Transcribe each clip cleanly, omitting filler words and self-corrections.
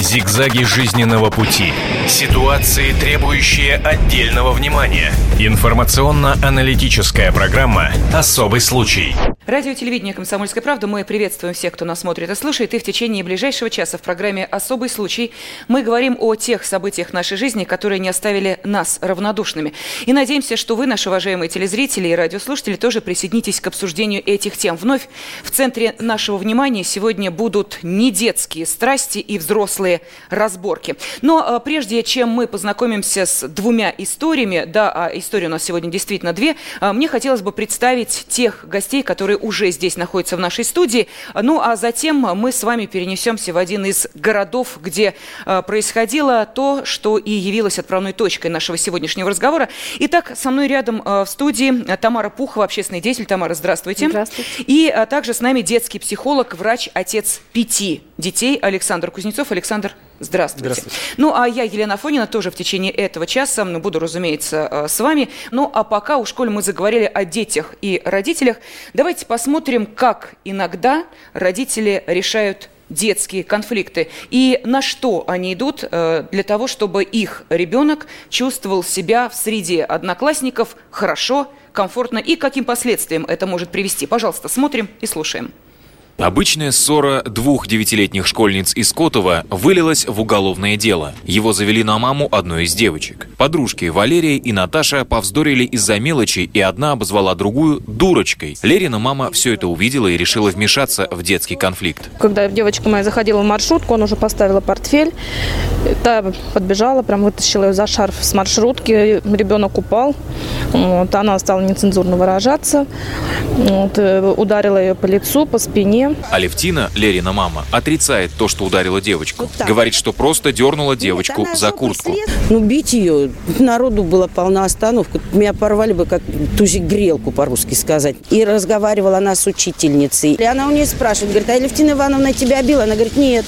Зигзаги жизненного пути. Ситуации, требующие отдельного внимания. Информационно-аналитическая программа «Особый случай». Радио и телевидение «Комсомольская правда». Мы приветствуем всех, кто нас смотрит и слушает. И в течение ближайшего часа в программе «Особый случай» мы говорим о тех событиях нашей жизни, которые не оставили нас равнодушными. И надеемся, что вы, наши уважаемые телезрители и радиослушатели, тоже присоединитесь к обсуждению этих тем. Вновь в центре нашего внимания сегодня будут не детские страсти и взрослые разборки. Но прежде чем мы познакомимся с двумя историями, а истории у нас сегодня действительно две, мне хотелось бы представить тех гостей, которые уже здесь находятся в нашей студии. Ну, а затем мы с вами перенесемся в один из городов, где происходило то, что и явилось отправной точкой нашего сегодняшнего разговора. Итак, со мной рядом в студии Тамара Пухова, общественный деятель. Тамара, здравствуйте. Здравствуйте. И также с нами детский психолог, врач, отец 5 детей Александр Кузнецов. Александр, здравствуйте. Здравствуйте. Ну, а я, Елена Афонина, тоже в течение этого часа буду, разумеется, с вами. Ну, а пока у школы мы заговорили о детях и родителях, давайте посмотрим, как иногда родители решают детские конфликты и на что они идут для того, чтобы их ребенок чувствовал себя в среде одноклассников хорошо, комфортно и к каким последствиям это может привести. Пожалуйста, смотрим и слушаем. Обычная ссора двух 9-летних школьниц из Котова вылилась в уголовное дело. Его завели на маму одной из девочек. Подружки Валерия и Наташа повздорили из-за мелочи, и одна обозвала другую дурочкой. Лерина мама все это увидела и решила вмешаться в детский конфликт. Когда девочка моя заходила в маршрутку, он уже поставила портфель. Та подбежала, прям вытащила ее за шарф с маршрутки. Ребенок упал. Она стала нецензурно выражаться. Ударила ее по лицу, по спине. Алевтина, Лерина мама, отрицает то, что ударила девочку. Говорит, что просто дернула девочку за куртку. Бить ее, народу была полна остановка. Меня порвали бы, как тузик грелку, по-русски сказать. И разговаривала она с учительницей. И она у нее спрашивает, говорит, Алевтина Ивановна тебя била? Она говорит, нет.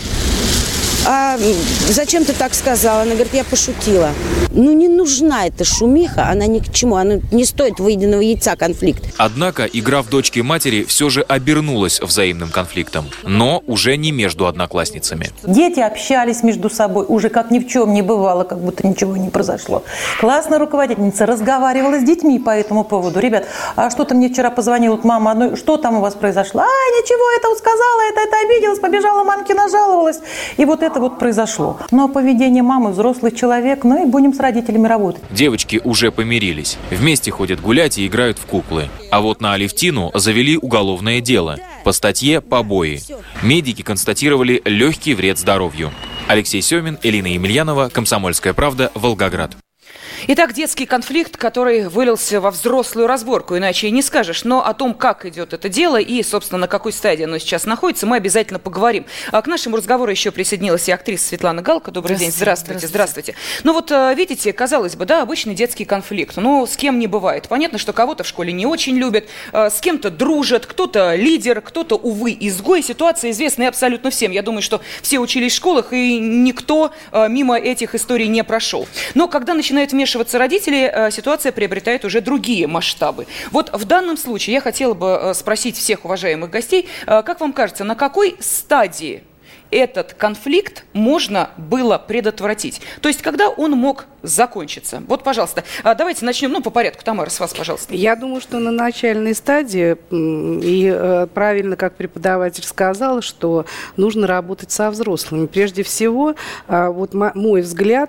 А зачем ты так сказала? Она говорит, я пошутила. Не нужна эта шумиха, она ни к чему, она не стоит выеденного яйца конфликт. Однако игра в дочки матери все же обернулась взаимным конфликтом, но уже не между одноклассницами. Дети общались между собой уже как ни в чем не бывало, как будто ничего не произошло. Классная руководительница разговаривала с детьми по этому поводу. Ребят, а что-то мне вчера позвонила мама одной, что там у вас произошло? Ничего, это вот сказала, это обиделась, побежала мамке, нажаловалась. И вот это вот произошло. Но поведение мамы, взрослый человек, и будем с родителями работать. Девочки уже помирились. Вместе ходят гулять и играют в куклы. А вот на Алевтину завели уголовное дело. По статье «Побои». Медики констатировали легкий вред здоровью. Алексей Семин, Элина Емельянова, «Комсомольская правда», Волгоград. Итак, детский конфликт, который вылился во взрослую разборку, иначе и не скажешь. Но о том, как идет это дело и, собственно, на какой стадии оно сейчас находится, мы обязательно поговорим. А к нашему разговору еще присоединилась и актриса Светлана Галка. Добрый день. Здравствуйте. Ну вот, видите, казалось бы, обычный детский конфликт. Но с кем не бывает. Понятно, что кого-то в школе не очень любят, с кем-то дружат, кто-то лидер, кто-то, увы, изгой. Ситуация известна абсолютно всем. Я думаю, что все учились в школах, и никто мимо этих историй не прошел. Но когда начинают вмешиваться родители, ситуация приобретает уже другие масштабы. Вот в данном случае я хотела бы спросить всех уважаемых гостей, как вам кажется, на какой стадии этот конфликт можно было предотвратить? То есть, когда он мог закончиться? Вот, пожалуйста, давайте начнем, по порядку. Тамара, с вас, пожалуйста. Я думаю, что на начальной стадии, и правильно, как преподаватель сказал, что нужно работать со взрослыми. Прежде всего, вот мой взгляд...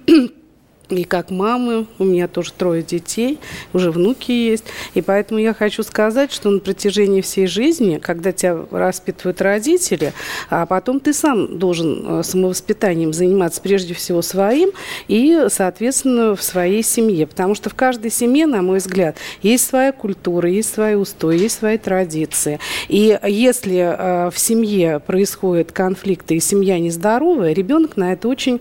И как мамы, у меня тоже 3 детей, уже внуки есть. И поэтому я хочу сказать, что на протяжении всей жизни, когда тебя воспитывают родители, а потом ты сам должен самовоспитанием заниматься прежде всего своим и, соответственно, в своей семье. Потому что в каждой семье, на мой взгляд, есть своя культура, есть свои устои, есть свои традиции. И если в семье происходят конфликты и семья нездоровая, ребенок на это очень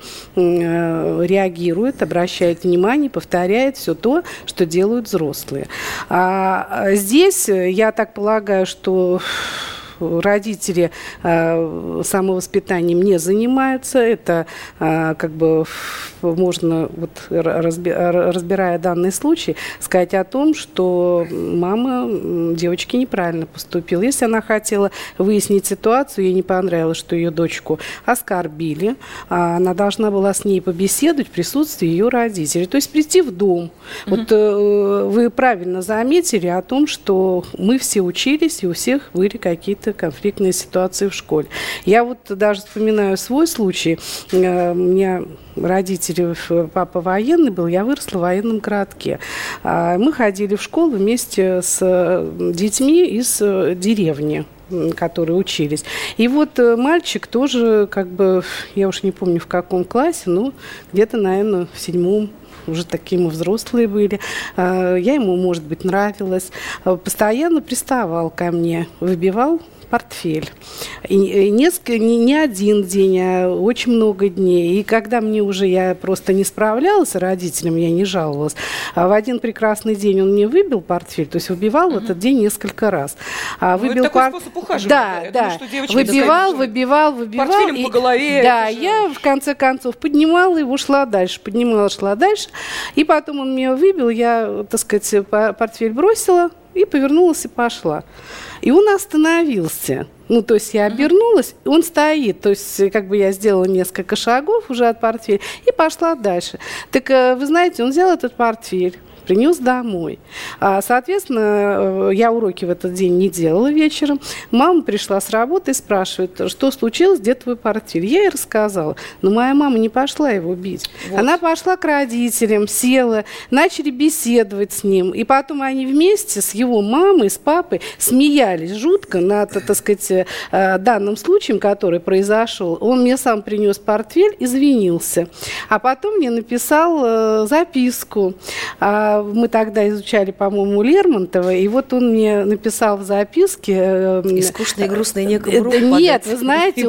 реагирует, обращает внимание, повторяет все то, что делают взрослые. А здесь, я так полагаю, что родители самовоспитанием не занимаются. Это как бы можно, вот, разбирая данный случай, сказать о том, что мама девочки неправильно поступила. Если она хотела выяснить ситуацию, ей не понравилось, что ее дочку оскорбили, она должна была с ней побеседовать в присутствии ее родителей. То есть прийти в дом. Вот вы правильно заметили о том, что мы все учились, и у всех были какие-то конфликтные ситуации в школе. Я вот даже вспоминаю свой случай. У меня родители, папа военный был, я выросла в военном городке. Мы ходили в школу вместе с детьми из деревни, которые учились. И вот мальчик тоже, как бы, я уж не помню в каком классе, но где-то, наверное, в 7-м, уже такие мы взрослые были. Я ему, может быть, нравилась. Постоянно приставал ко мне, выбивал портфель. И не один день, а очень много дней. И когда мне уже, я просто не справлялась с родителями, я не жаловалась, а в один прекрасный день он мне выбил портфель, то есть выбивал в этот день несколько раз. Это такой способ ухаживания. Да. Выбивал. Портфелем по голове. Да, я в конце концов поднимала его, шла дальше. И потом он меня выбил, я, так сказать, портфель бросила и повернулась и пошла. И он остановился. Ну, то есть я обернулась, он стоит. То есть как бы я сделала несколько шагов уже от портфеля и пошла дальше. Так вы знаете, он взял этот портфель, принес домой. Соответственно, я уроки в этот день не делала вечером. Мама пришла с работы и спрашивает, что случилось, где твой портфель? Я ей рассказала. Но моя мама не пошла его бить. Вот. Она пошла к родителям, села, начали беседовать с ним. И потом они вместе с его мамой, с папой смеялись жутко над, так сказать, данным случаем, который произошел. Он мне сам принес портфель, извинился. А потом мне написал записку. Мы тогда изучали, по-моему, Лермонтова, и вот он мне написал в записке... И скучно, и грустно, и некому руку Нет, вы знаете,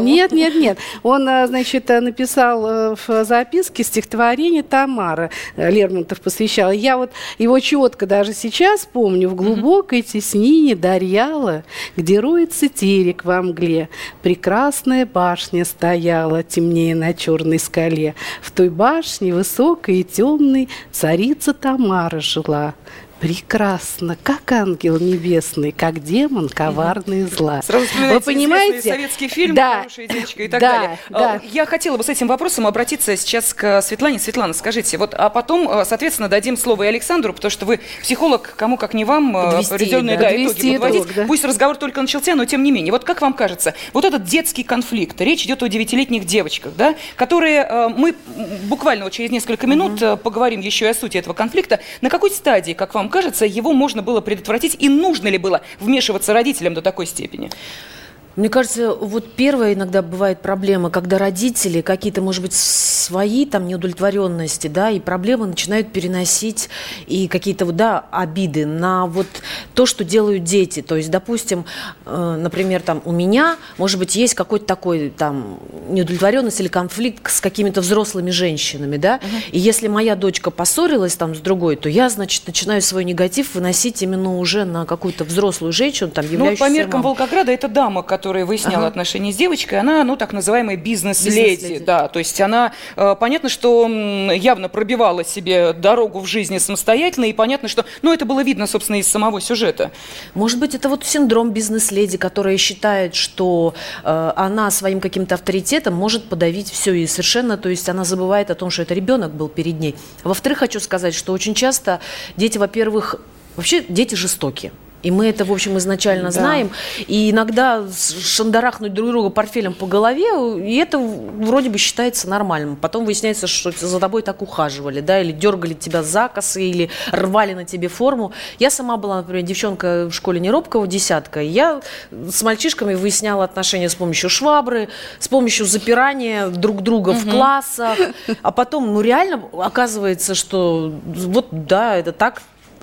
нет. Он, значит, написал в записке стихотворение «Тамара». Лермонтов посвящал. Я вот его четко даже сейчас помню. В глубокой теснине Дарьяла, где роется терек во мгле, прекрасная башня стояла, темнее на черной скале. В той башне высокой и темной царица Тамара жила. Прекрасно, как ангел небесный, как демон коварный и зла. Сразу вы понимаете? Советский фильм, да, «Хорошая девочка» и так далее. Да. Я хотела бы с этим вопросом обратиться сейчас к Светлане. Светлана, скажите, вот, а потом, соответственно, дадим слово и Александру, потому что вы психолог, кому как не вам, определенные итоги подводить. Да. Пусть разговор только начался, но тем не менее. Вот как вам кажется, вот этот детский конфликт, речь идет о 9-летних девочках, да, которые мы буквально вот через несколько минут поговорим еще и о сути этого конфликта. На какой стадии, как вам кажется, его можно было предотвратить, и нужно ли было вмешиваться родителям до такой степени? Мне кажется, вот первая иногда бывает проблема, когда родители какие-то, может быть, свои там неудовлетворенности, да, и проблемы начинают переносить и какие-то, да, обиды на вот то, что делают дети. То есть, допустим, например, там у меня, может быть, есть какой-то такой там неудовлетворенность или конфликт с какими-то взрослыми женщинами, да, и если моя дочка поссорилась там с другой, то я, значит, начинаю свой негатив выносить именно уже на какую-то взрослую женщину, там, являющуюся по меркам мамой. Волгограда это дама, которая выясняла отношения с девочкой, она, ну, так называемая бизнес-леди, да, то есть она, понятно, что явно пробивала себе дорогу в жизни самостоятельно, и понятно, что, ну, это было видно, собственно, из самого сюжета. Может быть, это вот синдром бизнес-леди, которая считает, что она своим каким-то авторитетом может подавить все, и совершенно, то есть она забывает о том, что это ребенок был перед ней. Во-вторых, хочу сказать, что очень часто дети, во-первых, вообще дети жестокие. И мы это, в общем, изначально знаем. И иногда шандарахнуть друг друга портфелем по голове, и это вроде бы считается нормальным. Потом выясняется, что за тобой так ухаживали, да, или дергали тебя за косы, или рвали на тебе форму. Я сама была, например, девчонка в школе не робкого десятка. Я с мальчишками выясняла отношения с помощью швабры, с помощью запирания друг друга в классах. А потом, ну, реально оказывается, что вот, да, это так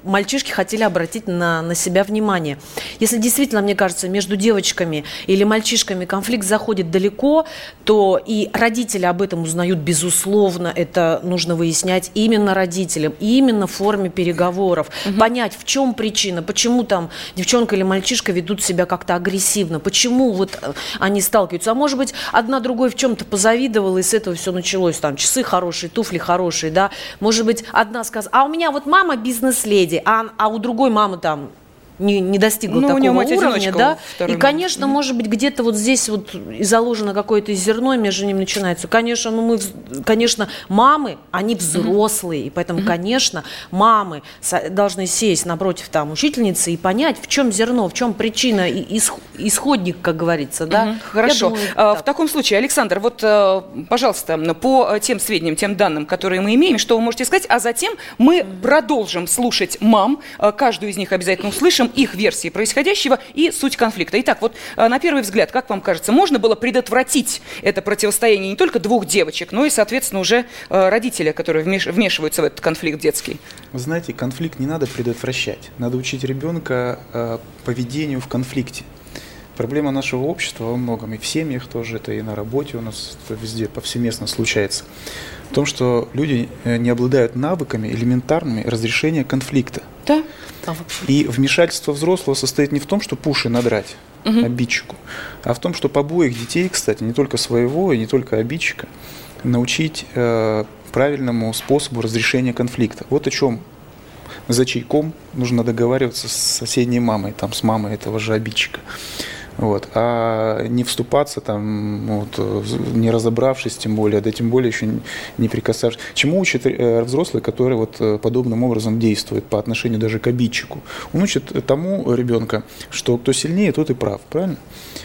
мальчишки хотели обратить на себя внимание. Если действительно, мне кажется, между девочками или мальчишками конфликт заходит далеко, то и родители об этом узнают, безусловно, это нужно выяснять именно родителям, именно в форме переговоров, понять, в чем причина, почему там девчонка или мальчишка ведут себя как-то агрессивно, почему вот они сталкиваются. А может быть, одна другой в чем-то позавидовала, и с этого все началось, там, часы хорошие, туфли хорошие, да, может быть, одна сказала, а у меня вот мама бизнес-леди, а у другой мамы там не достигла такого уровня, да, и, конечно, может быть, где-то вот здесь вот и заложено какое-то зерно, между ними начинается. Конечно, конечно, мамы, они взрослые, и поэтому, конечно, мамы должны сесть напротив там учительницы и понять, в чем зерно, в чем причина, исходник, как говорится, да. Хорошо. Думаю, в таком случае, Александр, вот, пожалуйста, по тем сведениям, тем данным, которые мы имеем, что вы можете сказать, а затем мы продолжим слушать мам, каждую из них обязательно услышим, их версии происходящего и суть конфликта. Итак, вот на первый взгляд, как вам кажется, можно было предотвратить это противостояние не только двух девочек, но и, соответственно, уже родителя, которые вмешиваются в этот конфликт детский? Вы знаете, конфликт не надо предотвращать. Надо учить ребенка поведению в конфликте. Проблема нашего общества во многом, и в семьях тоже, это и на работе у нас это везде повсеместно случается, в том, что люди не обладают навыками элементарными разрешения конфликта. Да. И вмешательство взрослого состоит не в том, что пуши надрать обидчику, а в том, что обоих детей, кстати, не только своего и не только обидчика, научить правильному способу разрешения конфликта. Вот о чем за чайком нужно договариваться с соседней мамой, там, с мамой этого же обидчика. Вот. А не вступаться, там, вот, не разобравшись, тем более, да тем более еще не прикасавшись. Чему учит взрослый, который вот подобным образом действует по отношению даже к обидчику? Он учит тому ребенка, что кто сильнее, тот и прав, правильно?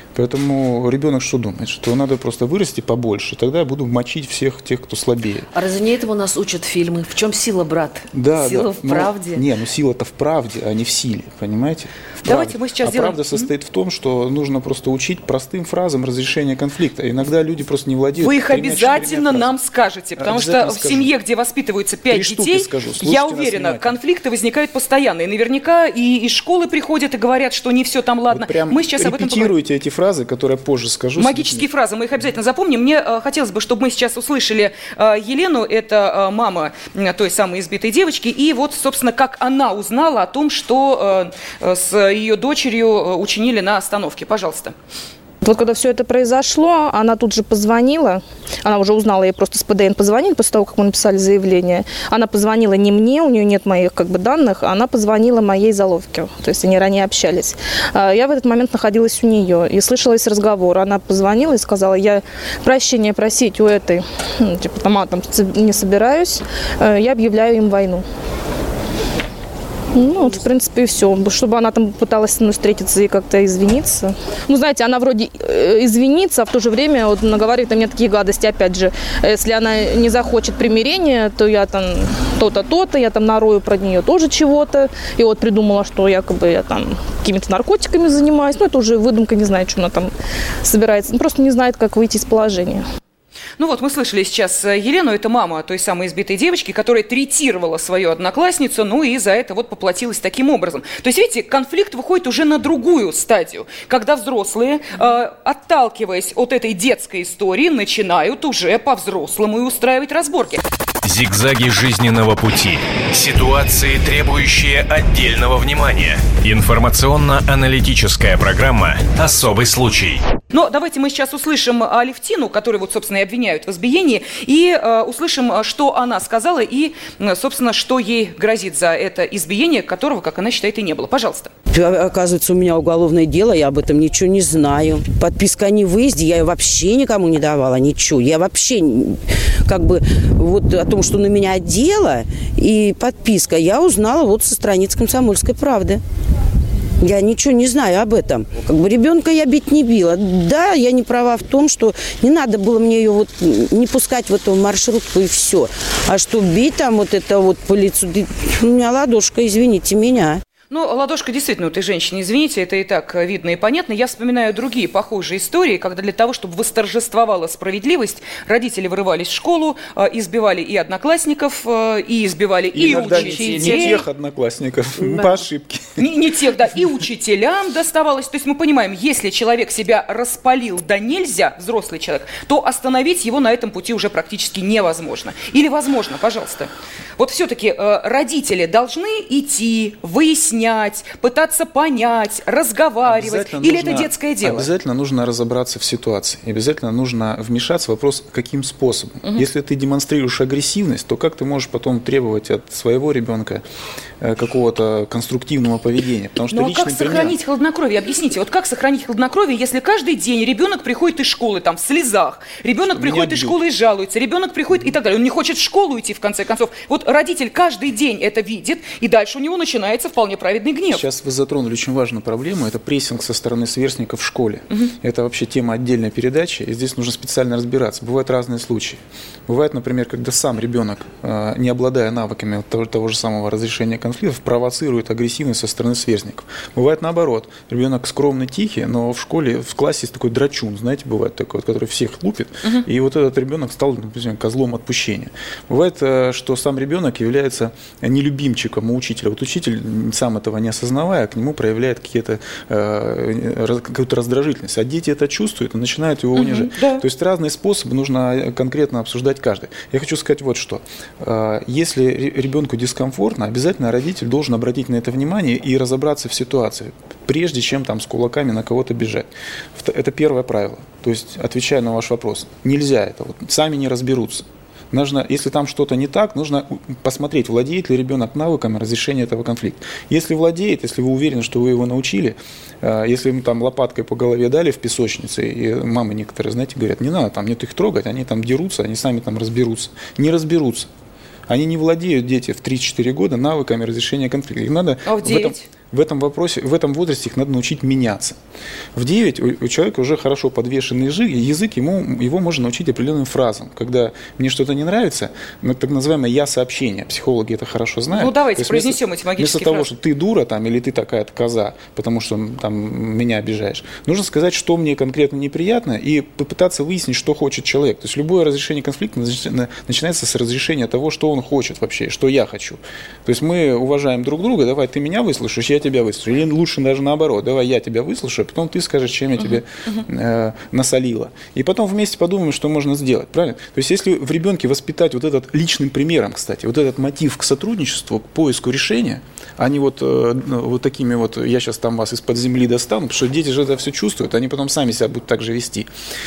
Поэтому ребенок что думает? Что надо просто вырасти побольше, тогда я буду мочить всех тех, кто слабее. А разве не этого нас учат фильмы? В чем сила, брат? Да, сила в правде. Сила-то в правде, а не в силе, понимаете? Давайте мы сейчас сделаем... правда состоит в том, что нужно просто учить простым фразам разрешения конфликта. Иногда люди просто не владеют... Вы их обязательно нам скажете, потому что в семье, где воспитываются 5 детей, я уверена, конфликты возникают постоянно. И наверняка и из школы приходят и говорят, что не все там ладно. Мы сейчас об этом репетируйте эти фразы, которые я позже скажу. Магические фразы, мы их обязательно запомним. Мне хотелось бы, чтобы мы сейчас услышали Елену, это мама той самой избитой девочки, и вот, собственно, как она узнала о том, что с ее дочерью учинили на остановке. Пожалуйста. Вот когда все это произошло, она тут же позвонила, она уже узнала, ей просто с ПДН позвонили после того, как мы написали заявление. Она позвонила не мне, у нее нет моих данных, она позвонила моей заловке, то есть они ранее общались. Я в этот момент находилась у нее и слышала весь разговор. Она позвонила и сказала, я прощения просить у этой, там не собираюсь, я объявляю им войну. Вот, в принципе, и все. Чтобы она там пыталась со мной встретиться и как-то извиниться. Знаете, она вроде извинится, а в то же время вот наговаривает на меня такие гадости. Опять же, если она не захочет примирения, то я там то-то, то-то, я там нарою про нее тоже чего-то. И вот придумала, что якобы я там какими-то наркотиками занимаюсь. Это уже выдумка, не знаю, что она там собирается. Просто не знает, как выйти из положения. Мы слышали сейчас Елену, это мама той самой избитой девочки, которая третировала свою одноклассницу, и за это вот поплатилась таким образом. То есть, видите, конфликт выходит уже на другую стадию, когда взрослые, отталкиваясь от этой детской истории, начинают уже по-взрослому и устраивать разборки. Зигзаги жизненного пути. Ситуации, требующие отдельного внимания. Информационно-аналитическая программа «Особый случай». Но давайте мы сейчас услышим Алевтину, которую вот, собственно, и обвиняют в избиении, и услышим, что она сказала и, собственно, что ей грозит за это избиение, которого, как она считает, и не было. Пожалуйста. Оказывается, у меня уголовное дело, я об этом ничего не знаю. Подписка о невыезде я вообще никому не давала, ничего. Я вообще, вот о том, что на меня дело и подписка, я узнала вот со страниц «Комсомольской правды». Я ничего не знаю об этом. Ребенка я бить не била. Да, я не права в том, что не надо было мне ее не пускать в эту маршрутку и все. А что бить там это по лицу, у меня ладошка, извините меня. Ну, ладошка действительно у этой женщины, извините, это и так видно и понятно. Я вспоминаю другие похожие истории, когда для того, чтобы восторжествовала справедливость, родители вырывались в школу, избивали и одноклассников, и избивали и учителей. Не тех одноклассников, по ошибке. Не тех, да, и учителям доставалось. То есть мы понимаем, если человек себя распалил да нельзя, взрослый человек, то остановить его на этом пути уже практически невозможно. Или возможно, пожалуйста. Вот все-таки родители должны идти, выяснять, пытаться понять, разговаривать, или это детское дело? Обязательно нужно разобраться в ситуации. Обязательно нужно вмешаться в вопрос, каким способом. Если ты демонстрируешь агрессивность, то как ты можешь потом требовать от своего ребенка какого-то конструктивного поведения? Потому что как сохранить хладнокровие? Объясните, вот как сохранить хладнокровие, если каждый день ребенок приходит из школы там в слезах, ребенок приходит из школы и жалуется, ребенок приходит и так далее, он не хочет в школу идти в конце концов. Вот родитель каждый день это видит, и дальше у него начинается вполне праведный гнев. Сейчас вы затронули очень важную проблему, это прессинг со стороны сверстников в школе. Это вообще тема отдельной передачи, и здесь нужно специально разбираться. Бывают разные случаи. Бывает, например, когда сам ребенок, не обладая навыками того же самого разрешения конфликтов, провоцирует агрессивность со стороны сверстников. Бывает наоборот. Ребенок скромный, тихий, но в школе, в классе есть такой драчун, знаете, бывает такой, который всех лупит, и вот этот ребенок стал, например, козлом отпущения. Бывает, что сам ребенок является нелюбимчиком у учителя. Вот учитель, сам этого не осознавая, к нему проявляет какую-то раздражительность. А дети это чувствуют и начинают его унижать. То есть разные способы нужно конкретно обсуждать каждый. Я хочу сказать вот что. Если ребенку дискомфортно, обязательно родитель должен обратить на это внимание и разобраться в ситуации, прежде чем там с кулаками на кого-то бежать. Это первое правило. То есть, отвечая на ваш вопрос, нельзя это. Вот, сами не разберутся. Нужно, если там что-то не так, нужно посмотреть, владеет ли ребенок навыками разрешения этого конфликта. Если владеет, если вы уверены, что вы его научили, если ему там лопаткой по голове дали в песочнице, и мамы некоторые, знаете, говорят, не надо, там нет их трогать, они там дерутся, они сами там разберутся. Не разберутся. Они не владеют, дети, в 3-4 года навыками разрешения конфликта. Их надо в 9? В этом возрасте их надо научить меняться. В 9 у человека уже хорошо подвешенный язык, его можно научить определенным фразам. Когда мне что-то не нравится, так называемое «я-сообщение». Психологи это хорошо знают. Ну, давайте произнесем эти магические фразы. Вместо того, что ты дура там, или ты такая-то коза, потому что там, меня обижаешь, нужно сказать, что мне конкретно неприятно, и попытаться выяснить, что хочет человек. То есть любое разрешение конфликта начинается с разрешения того, что он хочет вообще, что я хочу. То есть мы уважаем друг друга, давай ты меня выслушаешь, я тебя выслушаю. Или лучше даже наоборот, давай я тебя выслушаю, а потом ты скажешь, чем я тебе насолила. И потом вместе подумаем, что можно сделать, правильно? То есть если в ребенке воспитать вот этот личным примером, кстати, вот этот мотив к сотрудничеству, к поиску решения, а не вот такими вот, я сейчас там вас из-под земли достану, потому что дети же это все чувствуют, они потом сами себя будут так же вести,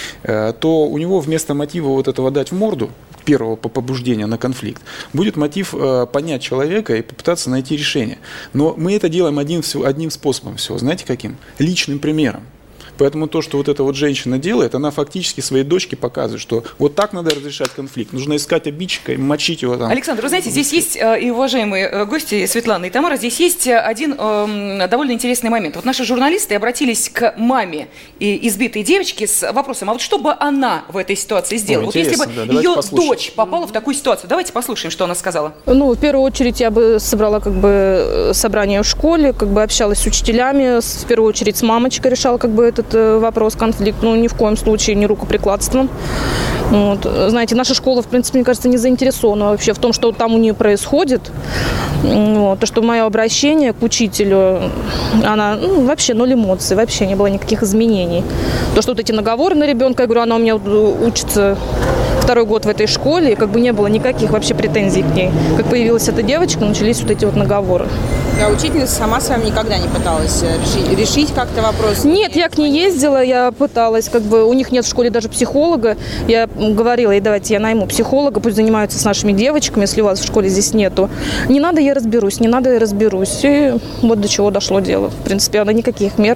то у него вместо мотива вот этого дать в морду, первого побуждения на конфликт, будет мотив понять человека и попытаться найти решение. Но мы это делаем одним способом всего. Знаете каким? Личным примером. Поэтому то, что вот эта вот женщина делает, она фактически своей дочке показывает, что вот так надо разрешать конфликт. Нужно искать обидчика и мочить его там. Александр, вы знаете, здесь есть и уважаемые гости Светлана и Тамара, здесь есть один довольно интересный момент. Вот наши журналисты обратились к маме избитой девочки с вопросом, а вот что бы она в этой ситуации сделала? Вот если бы ее дочь попала в такую ситуацию. Давайте послушаем, что она сказала. Ну, в первую очередь я бы собрала собрание в школе, общалась с учителями, в первую очередь с мамочкой решала этот вопрос, конфликт, ни в коем случае не рукоприкладством. Вот. Знаете, наша школа, в принципе, мне кажется, не заинтересована вообще в том, что там у нее происходит. Вот. То, что мое обращение к учителю, она вообще ноль эмоций, вообще не было никаких изменений. То, что вот эти наговоры на ребенка, я говорю, она у меня учится 2-й год в этой школе, и не было никаких вообще претензий к ней. Как появилась эта девочка, начались вот эти вот наговоры. А учительница сама с вами никогда не пыталась решить как-то вопрос? Нет, я к ней ездила, я пыталась, у них нет в школе даже психолога. Я говорила ей, давайте я найму психолога, пусть занимаются с нашими девочками, если у вас в школе здесь нету. Не надо, я разберусь, не надо, я разберусь. И вот до чего дошло дело. В принципе, она никаких мер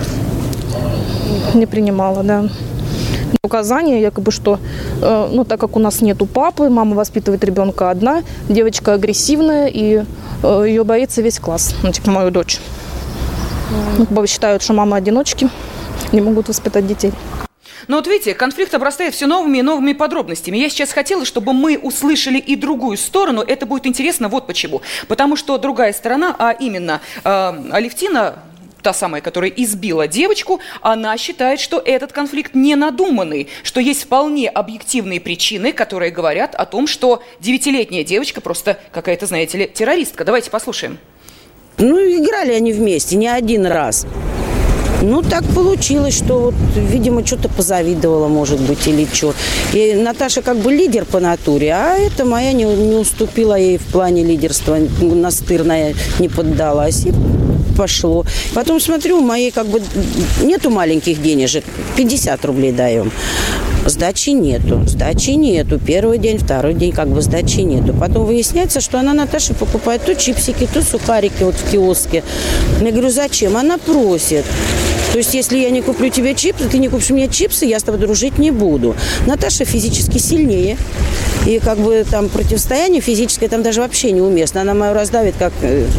не принимала, да. Указания, что, так как у нас нету папы, мама воспитывает ребенка одна, девочка агрессивная, и ее боится весь класс, мою дочь. Считают, что мамы-одиночки не могут воспитать детей. Но вот видите, конфликт обрастает все новыми и новыми подробностями. Я сейчас хотела, чтобы мы услышали и другую сторону. Это будет интересно вот почему. Потому что другая сторона, а именно Алевтина, та самая, которая избила девочку, она считает, что этот конфликт не надуманный, что есть вполне объективные причины, которые говорят о том, что 9-летняя девочка просто какая-то, знаете ли, террористка. Давайте послушаем. Ну, играли они вместе не один раз. Ну, так получилось, что, вот, видимо, что-то позавидовала, может быть, или что. И Наташа как бы лидер по натуре, а эта моя не уступила ей в плане лидерства, настырная, не поддалась. И пошло. Потом смотрю, у моей как бы нету маленьких денежек, 50 рублей даем. Сдачи нету. Первый день, второй день как бы сдачи нету. Потом выясняется, что она Наташе покупает то чипсики, то сухарики вот в киоске. Я говорю, зачем? Она просит. То есть, если я не куплю тебе чипсы, ты не купишь мне чипсы, я с тобой дружить не буду. Наташа физически сильнее. И как бы там противостояние физическое там даже вообще неуместно. Она мою раздавит как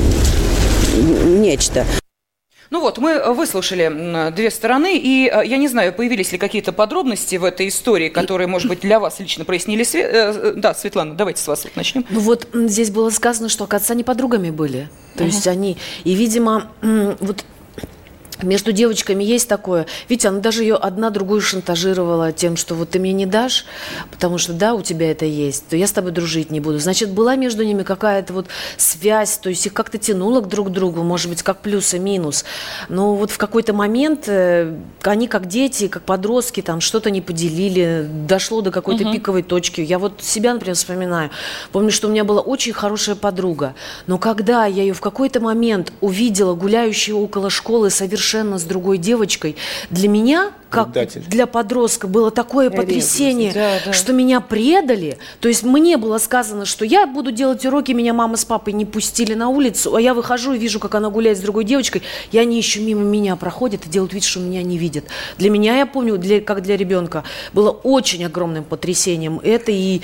нечто. Ну вот, мы выслушали две стороны, и я не знаю, появились ли какие-то подробности в этой истории, которые, может быть, для вас лично прояснили. Да, Светлана, давайте с вас начнем. Ну вот здесь было сказано, что оказывается, они подругами были. То есть они, и, видимо, вот... Между девочками есть такое. Видите, она даже ее одна другую шантажировала тем, что вот ты мне не дашь, потому что да, у тебя это есть, то я с тобой дружить не буду. Значит, была между ними какая-то вот связь, то есть их как-то тянуло друг к другу, может быть, как плюс и минус. Но вот в какой-то момент они как дети, как подростки, там что-то не поделили, дошло до какой-то пиковой точки. Я вот себя, например, вспоминаю. Помню, что у меня была очень хорошая подруга, но когда я ее в какой-то момент увидела гуляющей около школы совершенно с другой девочкой, для меня, как для подростка, было такое потрясение, что меня предали. То есть мне было сказано, что я буду делать уроки, меня мама с папой не пустили на улицу, а я выхожу и вижу, как она гуляет с другой девочкой, и они еще мимо меня проходят и делают вид, что меня не видят. Для меня, я помню, как для ребенка, было очень огромным потрясением это. И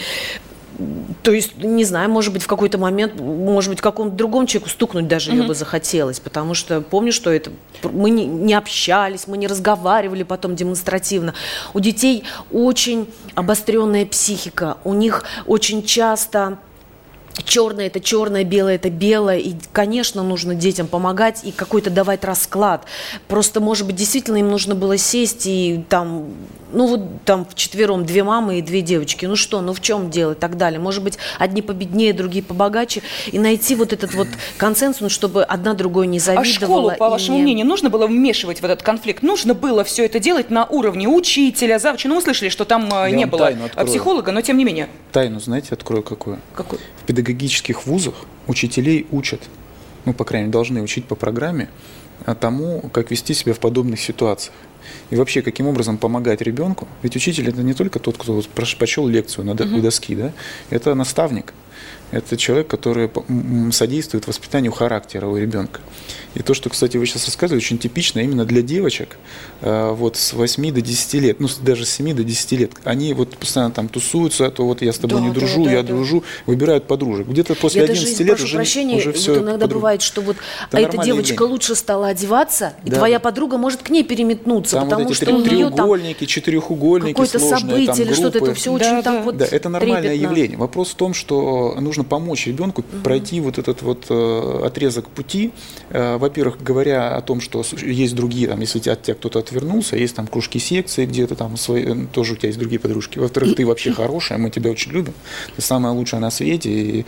то есть, не знаю, может быть, в какой-то момент, может быть, какому-то другому человеку стукнуть даже ее бы захотелось, потому что помню, что это мы не общались, мы не разговаривали потом демонстративно. У детей очень обостренная психика, у них очень часто... Черное – это черное, белое – это белое. И, конечно, нужно детям помогать и какой-то давать расклад. Просто, может быть, действительно им нужно было сесть и там, ну вот там вчетвером 2 мамы и 2 девочки. Ну что, ну в чем дело и так далее. Может быть, одни победнее, другие побогаче. И найти вот этот вот консенсус, чтобы одна другой не завидовала. А школу, по вашему мнению, нужно было вмешивать в этот конфликт? Нужно было все это делать на уровне учителя, завуча? Ну, вы слышали, что там не было психолога, но тем не менее. Тайну, знаете, открою какую? Какую? В педагогических вузах учителей учат, ну, по крайней мере, должны учить по программе тому, как вести себя в подобных ситуациях. И вообще, каким образом помогать ребенку. Ведь учитель – это не только тот, кто прочел лекцию у доски, да? Это наставник. Это человек, который содействует воспитанию характера у ребенка. И то, что, кстати, вы сейчас рассказывали, очень типично именно для девочек вот с 8 до 10 лет, ну, даже с 7 до 10 лет. Они вот постоянно там тусуются, а то вот я с тобой не дружу, я дружу, выбирают подружек. Где-то после 11 лет уже все вот иногда бывает, что вот эта девочка лучше стала одеваться, и твоя подруга может к ней переметнуться, там потому вот что у нее там четырехугольники какое-то сложные, событие или что-то, это все очень так вот это нормальное трепетно. явление. Вопрос в том, что нужно помочь ребенку пройти вот этот вот отрезок пути. Во-первых, говоря о том, что есть другие, там, если от тебя кто-то отвернулся, есть там кружки секции где-то там, тоже у тебя есть другие подружки. Во-вторых, ты вообще хорошая, мы тебя очень любим, ты самая лучшая на свете, и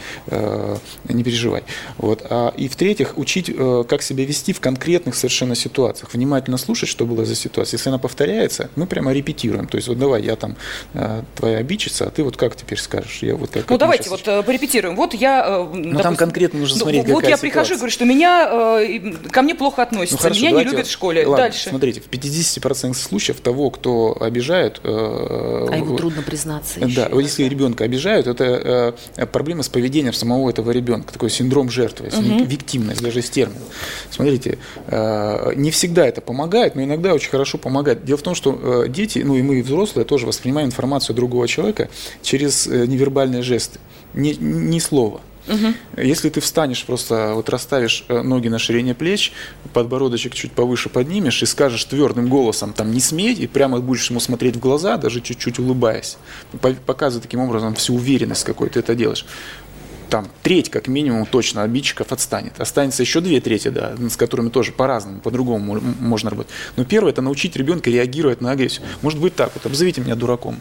не переживай. Вот. И в-третьих, учить, как себя вести в конкретных совершенно ситуациях. Внимательно слушать, что было за ситуация. Если она повторяется, мы прямо репетируем. То есть, вот давай, я там твоя обидчица, а ты вот как теперь скажешь? Я вот как, ну, давайте вот порепетируем. Вот я, допустим, там конкретно нужно смотреть, вот я прихожу и говорю, что ко мне плохо относятся, ну, хорошо, меня не любят в школе. Ладно, дальше. Смотрите, в 50% случаев того, кто обижают... А ему трудно признаться да, еще. Вот если ребенка обижают, это проблема с поведением самого этого ребенка, такой синдром жертвы, виктимность, даже из термина. Смотрите, не всегда это помогает, но иногда очень хорошо помогает. Дело в том, что дети, ну и мы, взрослые, тоже воспринимаем информацию другого человека через невербальные жесты. Не слово. Если ты встанешь, просто вот расставишь ноги на ширине плеч, подбородочек чуть повыше поднимешь и скажешь твердым голосом, там, не смей, и прямо будешь ему смотреть в глаза, даже чуть-чуть улыбаясь, показывая таким образом всю уверенность, какой ты это делаешь. Там треть, как минимум, точно обидчиков отстанет. Останется еще 2/3, да, с которыми тоже по-разному, по-другому можно работать. Но первое – это научить ребенка реагировать на агрессию. Может быть так вот, обзовите меня дураком.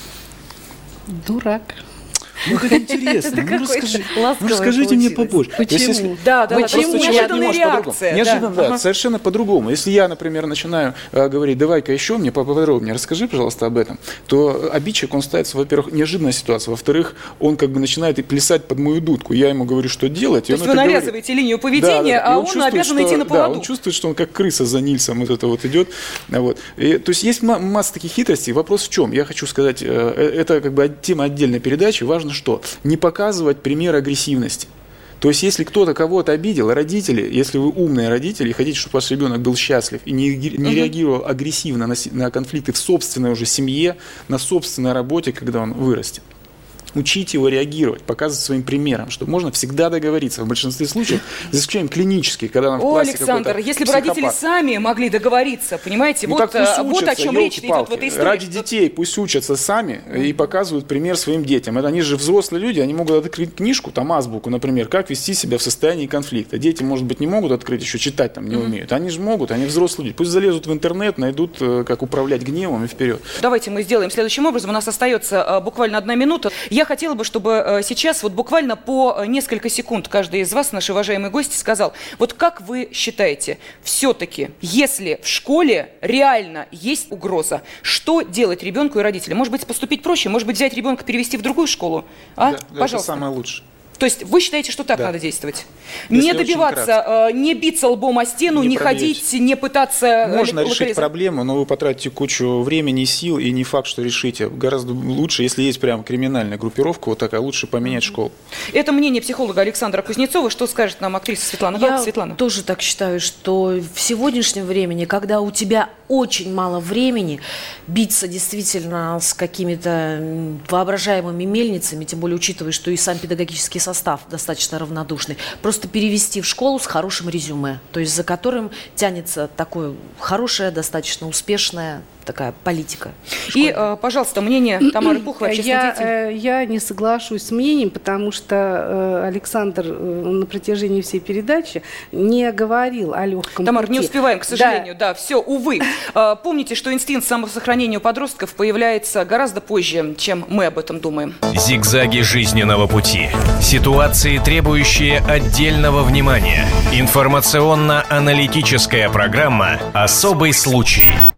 Дурак. Ну, как интересно. Расскажите мне побольше. Почему? Почему? Неожиданная реакция. Неожиданно, да, совершенно по-другому. Если я, например, начинаю говорить, давай-ка еще мне поподробнее, расскажи, пожалуйста, об этом, то обидчик, он ставится, во-первых, неожиданная ситуация, во-вторых, он как бы начинает и плясать под мою дудку. Я ему говорю, что делать. То есть вы навязываете линию поведения, а он обязан идти на поводу. Да, он чувствует, что он как крыса за Нильсом вот это вот идет. Вот. То есть есть масса таких хитростей. Вопрос в чем? Я хочу сказать, это как бы тема отдельной передачи. Важно что? Не показывать пример агрессивности. То есть, если кто-то кого-то обидел, родители, если вы умные родители и хотите, чтобы ваш ребенок был счастлив и не реагировал агрессивно на конфликты в собственной уже семье, на собственной работе, когда он вырастет, учить его реагировать, показывать своим примером, что можно всегда договориться. В большинстве случаев, за исключением клинических, когда нам в классе Александр, если бы родители сами могли договориться, понимаете, ну, вот о чем речь идет в этой истории. Ради детей пусть учатся сами и показывают пример своим детям. Это они же взрослые люди, они могут открыть книжку, там азбуку, например, как вести себя в состоянии конфликта. Дети, может быть, не могут открыть, еще читать там не умеют. Они же могут, они взрослые люди. Пусть залезут в интернет, найдут, как управлять гневом и вперед. Давайте мы сделаем следующим образом. У нас остается буквально 1 минута. Я хотела бы, чтобы сейчас вот буквально по несколько секунд каждый из вас, наши уважаемые гости, сказал, вот как вы считаете, все-таки, если в школе реально есть угроза, что делать ребенку и родителям? Может быть, поступить проще? Может быть, взять ребенка, перевести в другую школу? Да, пожалуйста. Это самое лучшее. То есть вы считаете, что так надо действовать? Не добиваться, не биться лбом о стену, не ходить, не пытаться... Можно решить проблему, но вы потратите кучу времени и сил, и не факт, что решите. Гораздо лучше, если есть прям криминальная группировка, вот такая, лучше поменять школу. Это мнение психолога Александра Кузнецова. Что скажет нам актриса Светлана? Я тоже так считаю, что в сегодняшнем времени, когда у тебя очень мало времени, биться действительно с какими-то воображаемыми мельницами, тем более учитывая, что и сам педагогический состав достаточно равнодушный, просто перевести в школу с хорошим резюме, то есть за которым тянется такое хорошее, достаточно успешное такая политика. И, пожалуйста, мнение Тамары Пуховой, общественный деятель. Я не соглашусь с мнением, потому что Александр на протяжении всей передачи не говорил о легком Тамара, пути. не успеваем, к сожалению. Да, все, увы. Помните, что инстинкт самосохранения у подростков появляется гораздо позже, чем мы об этом думаем. Зигзаги жизненного пути. Ситуации, требующие отдельного внимания. Информационно-аналитическая программа «Особый случай».